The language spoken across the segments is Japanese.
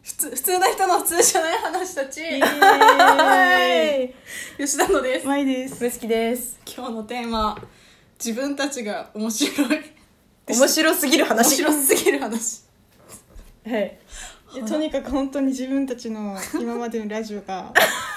普通な人の普通じゃない話たち。吉田のです。 まいです。 むすきです。 今日のテーマ、自分たちが面白い。 面白すぎる話。 面白すぎる話。 はい。 とにかく本当に自分たちの今までのラジオが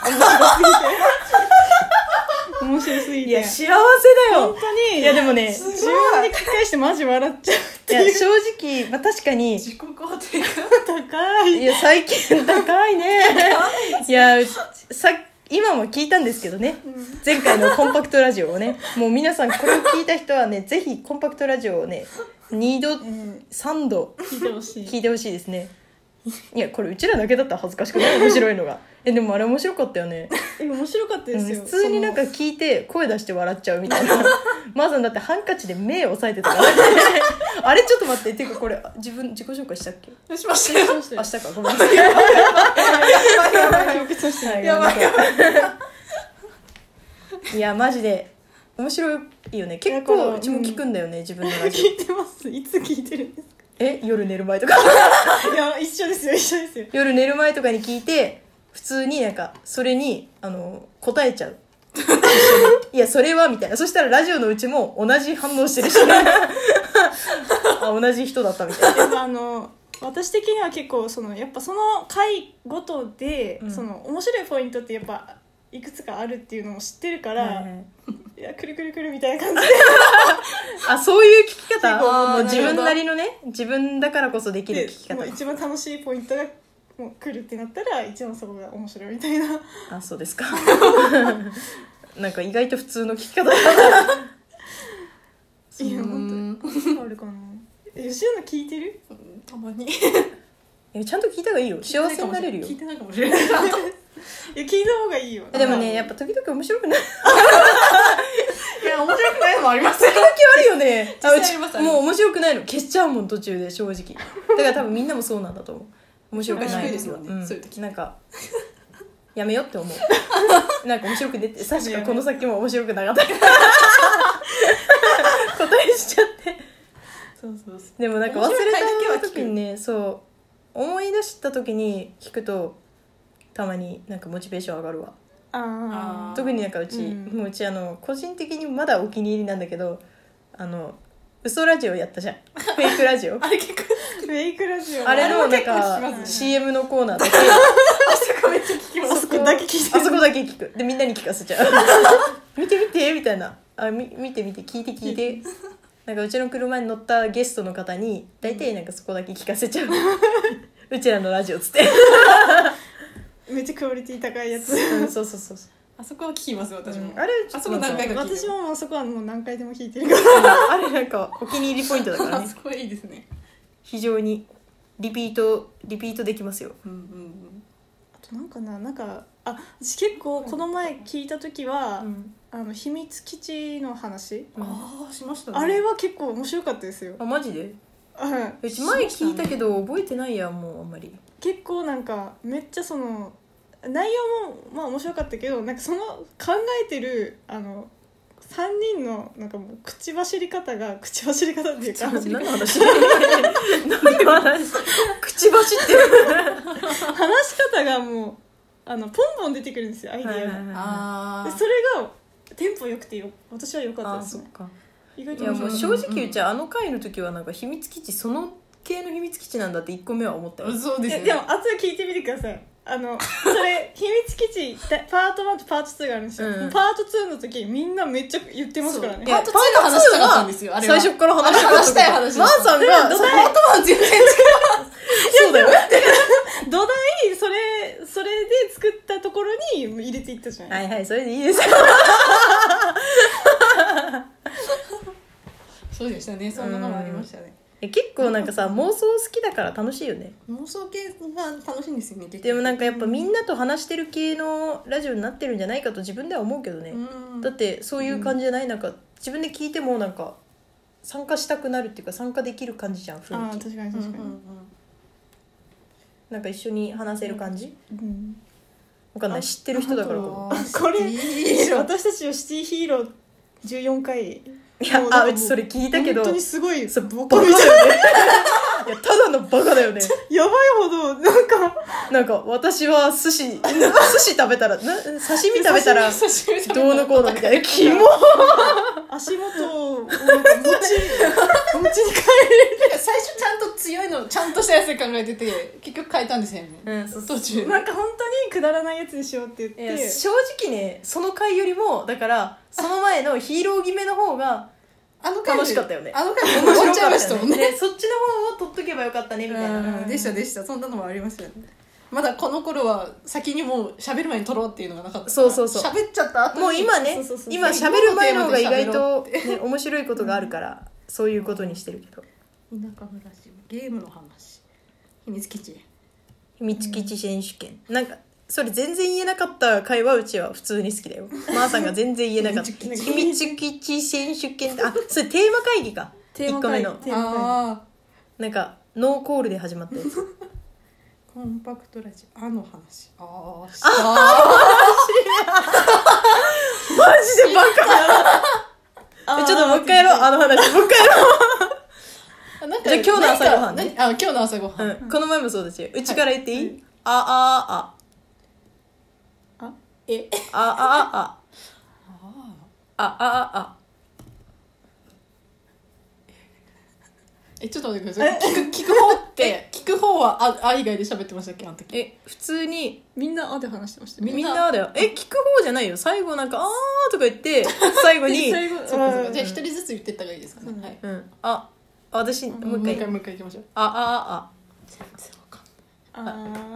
面白すぎていや幸せだよ本当に。 いやでもね、 自分で聞き返してマジ笑っちゃうっていう。 いや正直、確かに自己肯定感高い。 いや最近高いねいや今も聞いたんですけどね、前回のコンパクトラジオをね、もう皆さんこれを聞いた人はね、ぜひコンパクトラジオをね2度、3度聞いてほしい。 聞いてほしいですね。いやこれうちらだけだったら恥ずかしくない？面白いのがでもあれ面白かったよね。 面白かったですよ。 普通になんか聞いて声出して笑っちゃうみたいなまずだってハンカチで目を押さえてたからあれちょっと待って、っていうかこれ自己紹介したっけ？ しましたよ。 明日か、ごめんなさいやばいいやマジで面白いよね。結構うちも聞くんだよね、自分のラジオ。 聞いてます。いつ聞いてるんですか？ 夜寝る前とかいや一緒ですよ。 夜寝る前とかに聞いて、普通になんかそれに答えちゃう一緒にいやそれはみたいな。そしたらラジオのうちも同じ反応してるし同じ人だったみたいな。 でも私的には結構やっぱその回ごとで、面白いポイントってやっぱいくつかあるっていうのを知ってるから、いやくるくるくるみたいな感じでそういう聞き方もう結構自分なりのね、自分だからこそできる聞き方。 もう一番楽しいポイントがもう来るってなったら一番そこが面白いみたいな。 そうですかなんか意外と普通の聞き方だいや本当にあるかな。吉田の聞いてる？ たまにちゃんと聞いた方がいいよ。幸せになれるよ。 聞いてないかもしれないいや聞いた方がいいよ。 でもね、やっぱ時々面白くないいや面白くないのもありますよ。 時々あるよね。 実際ありますもう面白くないの消しちゃうもん途中で、正直。だから多分みんなもそうなんだと思う。面白くない低いですよね、そういう時なんかやめよって思うなんか面白く出て、確かこの先も面白くなかった答えしちゃって。 そうでもなんか忘れた時にね、そう思い出した時に聞くとたまになんかモチベーション上がるわ。特になんかうち、もううち個人的にまだお気に入りなんだけど、嘘ラジオやったじゃんフェイクラジオあれ結構フェイクラジオあれのなん結構しか、 ますね、 CM のコーナーだけあそこめっちゃ聞きます。 あそこだけ聞いてる。 あそこだけ聞く。でみんなに聞かせちゃう見て見てみたいな。見て聞いてなんかうちの車に乗ったゲストの方に大体なんかそこだけ聞かせちゃううちらのラジオつってめっちゃクオリティ高いやつそうあそこは聞きます私も、 あれあそこ何回か聞いてる。 私もあそこはもう何回でも聞いてるからあれなんかお気に入りポイントだからね。 あそこいいですね。 非常にリピートできますよ。 あとなんか私結構この前聞いた時は、秘密基地の話、 しましたね。 あれは結構面白かったですよ。 マジで？ はうち前聞いたけど覚えてないや、もうあんまり。 結構なんかめっちゃ内容もまあ面白かったけど、なんか考えてる3人のなんかもう口走り方っていうか何の話何の話口走ってる話し方がもうポンポン出てくるんですよ、アイディアが。でそれがテンポ良くて私は良かったですね。意外といやもう正直言っちゃ回の時はなんか秘密基地、その系の秘密基地なんだって1個目は思ったよ。 そうですね。 でもあとは聞いてみてください。それ秘密基地パート1とパート2があるんですよ、パート2の時みんなめっちゃ言ってますからね。 パート2の話したかったんですよ。あれは最初から話したい話。マーさんがパート1全然違うそうだよ土台それで作ったところに入れていったじゃない。 はいそれでいいですよそうでしたね。そんなのもありましたね。 結構なんかさ、妄想好きだから楽しいよね。 妄想系が楽しいんですよね。 でもなんかやっぱみんなと話してる系のラジオになってるんじゃないかと自分では思うけどね。だってそういう感じじゃない、なんか自分で聞いてもなんか参加したくなるっていうか、参加できる感じじゃん、雰囲気。 確かになんか一緒に話せる感じ、わかんない、知ってる人だからかも。 これ私たちのシティヒーロー14回。 いやうちそれ聞いたけど本当にすごいボカみたいなねやただのバカだよね。 やばいほどなんか私は寿司食べたら刺身食べたらどうのこうのみたいな。キモ。 足元を持ちに帰る。 最初ちゃんと強いのちゃんとしたやつで考えてて結局変えたんですよね、途中なんか本当にくだらないやつにしようって言って、 正直ねその回よりもだからその前のヒーロー決めの方が楽しかったよね。 あの回面白かったもんね。 そっちの方を取っとけばよかったねみたいな。 でしたそんなのもありましたよね。まだこの頃は先にもう喋る前に撮ろうっていうのがなかったから。 そう喋っちゃった後にもう今ね今喋る前の方が意外と、ね、面白いことがあるからそういうことにしてるけど。 田舎暮らしゲームの話秘密基地選手権なんかそれ全然言えなかった会話うちは普通に好きだよ。まーさんが全然言えなかった秘密基地選手権あそれテーマ会議か1個目のなんかノーコールで始まったやつコンパクトラジオの話マジでバカちょっともう一回やろうあの話もう一回やろうじゃあ今日の朝ごはんね。 今日の朝ごはん、 この前もそうだしうちから言っていい、 ちょっと待ってください。聞く方って聞く方は以外で喋ってましたっけあの時。 普通にみんなで話してました。 みんなだよ。聞く方じゃないよ。最後なんかとか言って最後にそうかじゃあ一人ずつ言ってった方がいいですかね。 はい。私もう一回行きましょう。全然わかん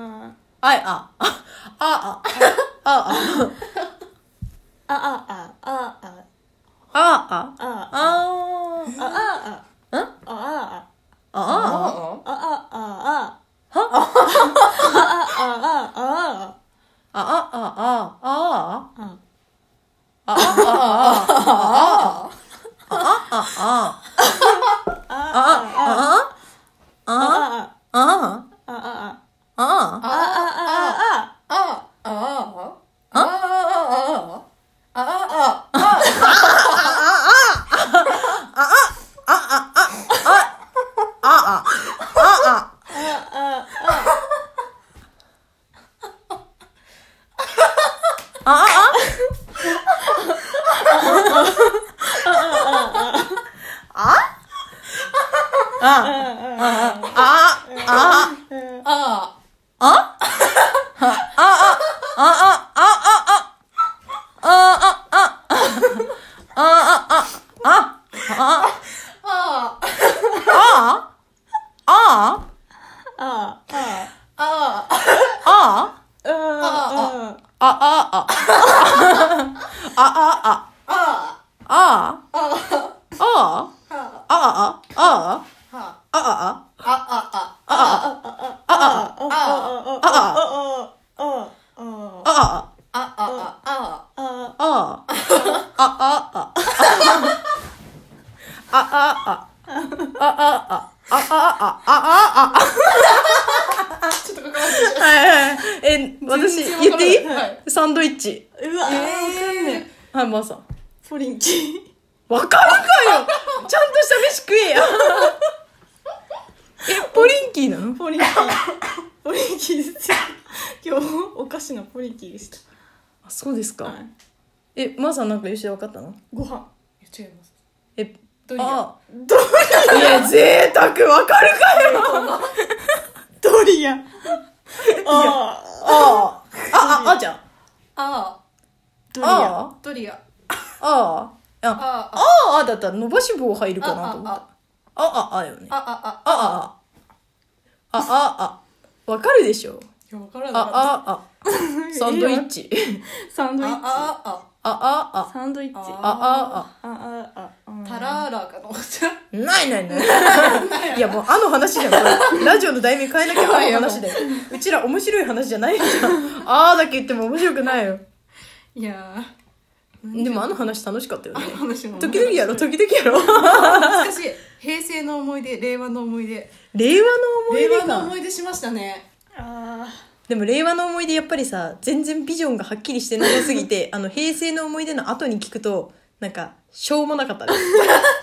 ちょっとかかる。 私言っていい？サンドイッチ。 うわ、わかんねはい、まーさん。 ポリンキー。 わかるかよ。ちゃんとした飯食えや。ポリンキーなの？ ポリンキー。ポリンキーですよ。今日お菓子のポリンキーでした。 あ、そうですか。 はい、 まーさんなんか吉田分かったの？ ご飯。 違います。 ドリア。 いや、贅沢わかるかよ。 ドリア。 じゃん。 ドリア。 だったら伸ばし棒入るかなと思った。だよね。わかるでしょ。 いや、わからなサンドイッチ。 サンドイッチ。サンドイッチ。 タラーラかと思った。 ない。いや、もうの話じゃん。ラジオの題名変えなきゃの話で。うちら面白い話じゃないじゃん。だけ言っても面白くないよ。 いやでも話楽しかったよね。 時 々やろ。懐かしい。平成の思い出、令和の思い出。 令和の思い出しましたね。 でも令和の思い出やっぱりさ、全然ビジョンがはっきりしてなさすぎて平成の思い出の後に聞くとなんかしょうもなかったね。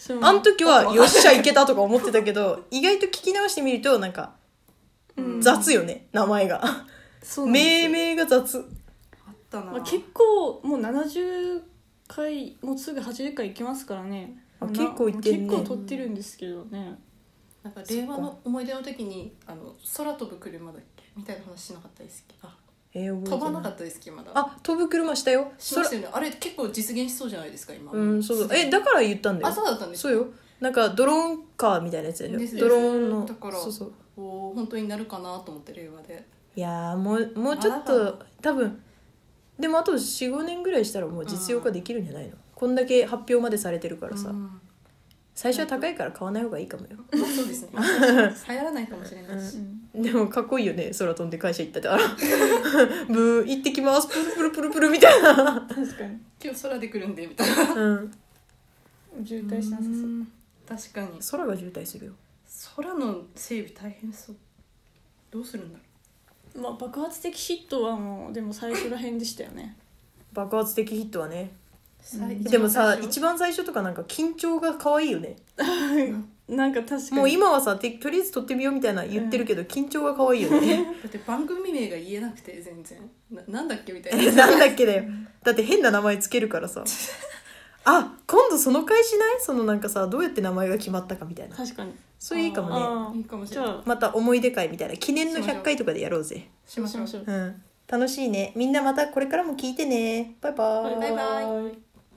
あの時はよっしゃいけたとか思ってたけど意外と聞き直してみるとなんか雑よね、名前が。命名が雑。 あったな、 結構もう70回もうすぐ80回いきますからね。 結構いってるね。 結構撮ってるんですけどね。 なんか令和の思い出の時に空飛ぶ車だっけみたいな話しなかったですっけ。飛ばなかったですっけまだ。 飛ぶ車したよ。 しましたよね。あれ結構実現しそうじゃないですか今。 そうだから言ったんだよ。 そうだったんですか。 そうよ。なんかドローンカーみたいなやつでしょ。ドローンのだからそう本当になるかなと思って令和で。 いやもうちょっと多分でもあと 4,5 年ぐらいしたらもう実用化できるんじゃないの、こんだけ発表までされてるからさ、最初は高いから買わない方がいいかもよ。 そうですね。流行らないかもしれないし、 でもかっこいいよね、空飛んで会社行ったって。ブー行ってきますプルプルプルプルみたいな。 確かに今日空で来るんでみたいな。 渋滞しなさそう。 確かに空が渋滞するよ。 空の整備大変そう。どうするんだろう。爆発的ヒットはもうでも最初ら辺でしたよね。 爆発的ヒットはね。でもさ一番最初とかなんか緊張が可愛いよね。 なんか確かにもう今はさとりあえず撮ってみようみたいな言ってるけど、緊張が可愛いよね。 だって番組名が言えなくて全然なんだっけみたいな。なんだっけだよ。だって変な名前つけるからさ。あ、今度その回しない？そのなんかさどうやって名前が決まったかみたいな。 確かに。 それいいかもね。いいかもしれない。 また思い出会みたいな記念の100回とかでやろうぜ。 しましょう。 楽しいね。みんなまたこれからも聞いてね。バイバイ。 バイバイ。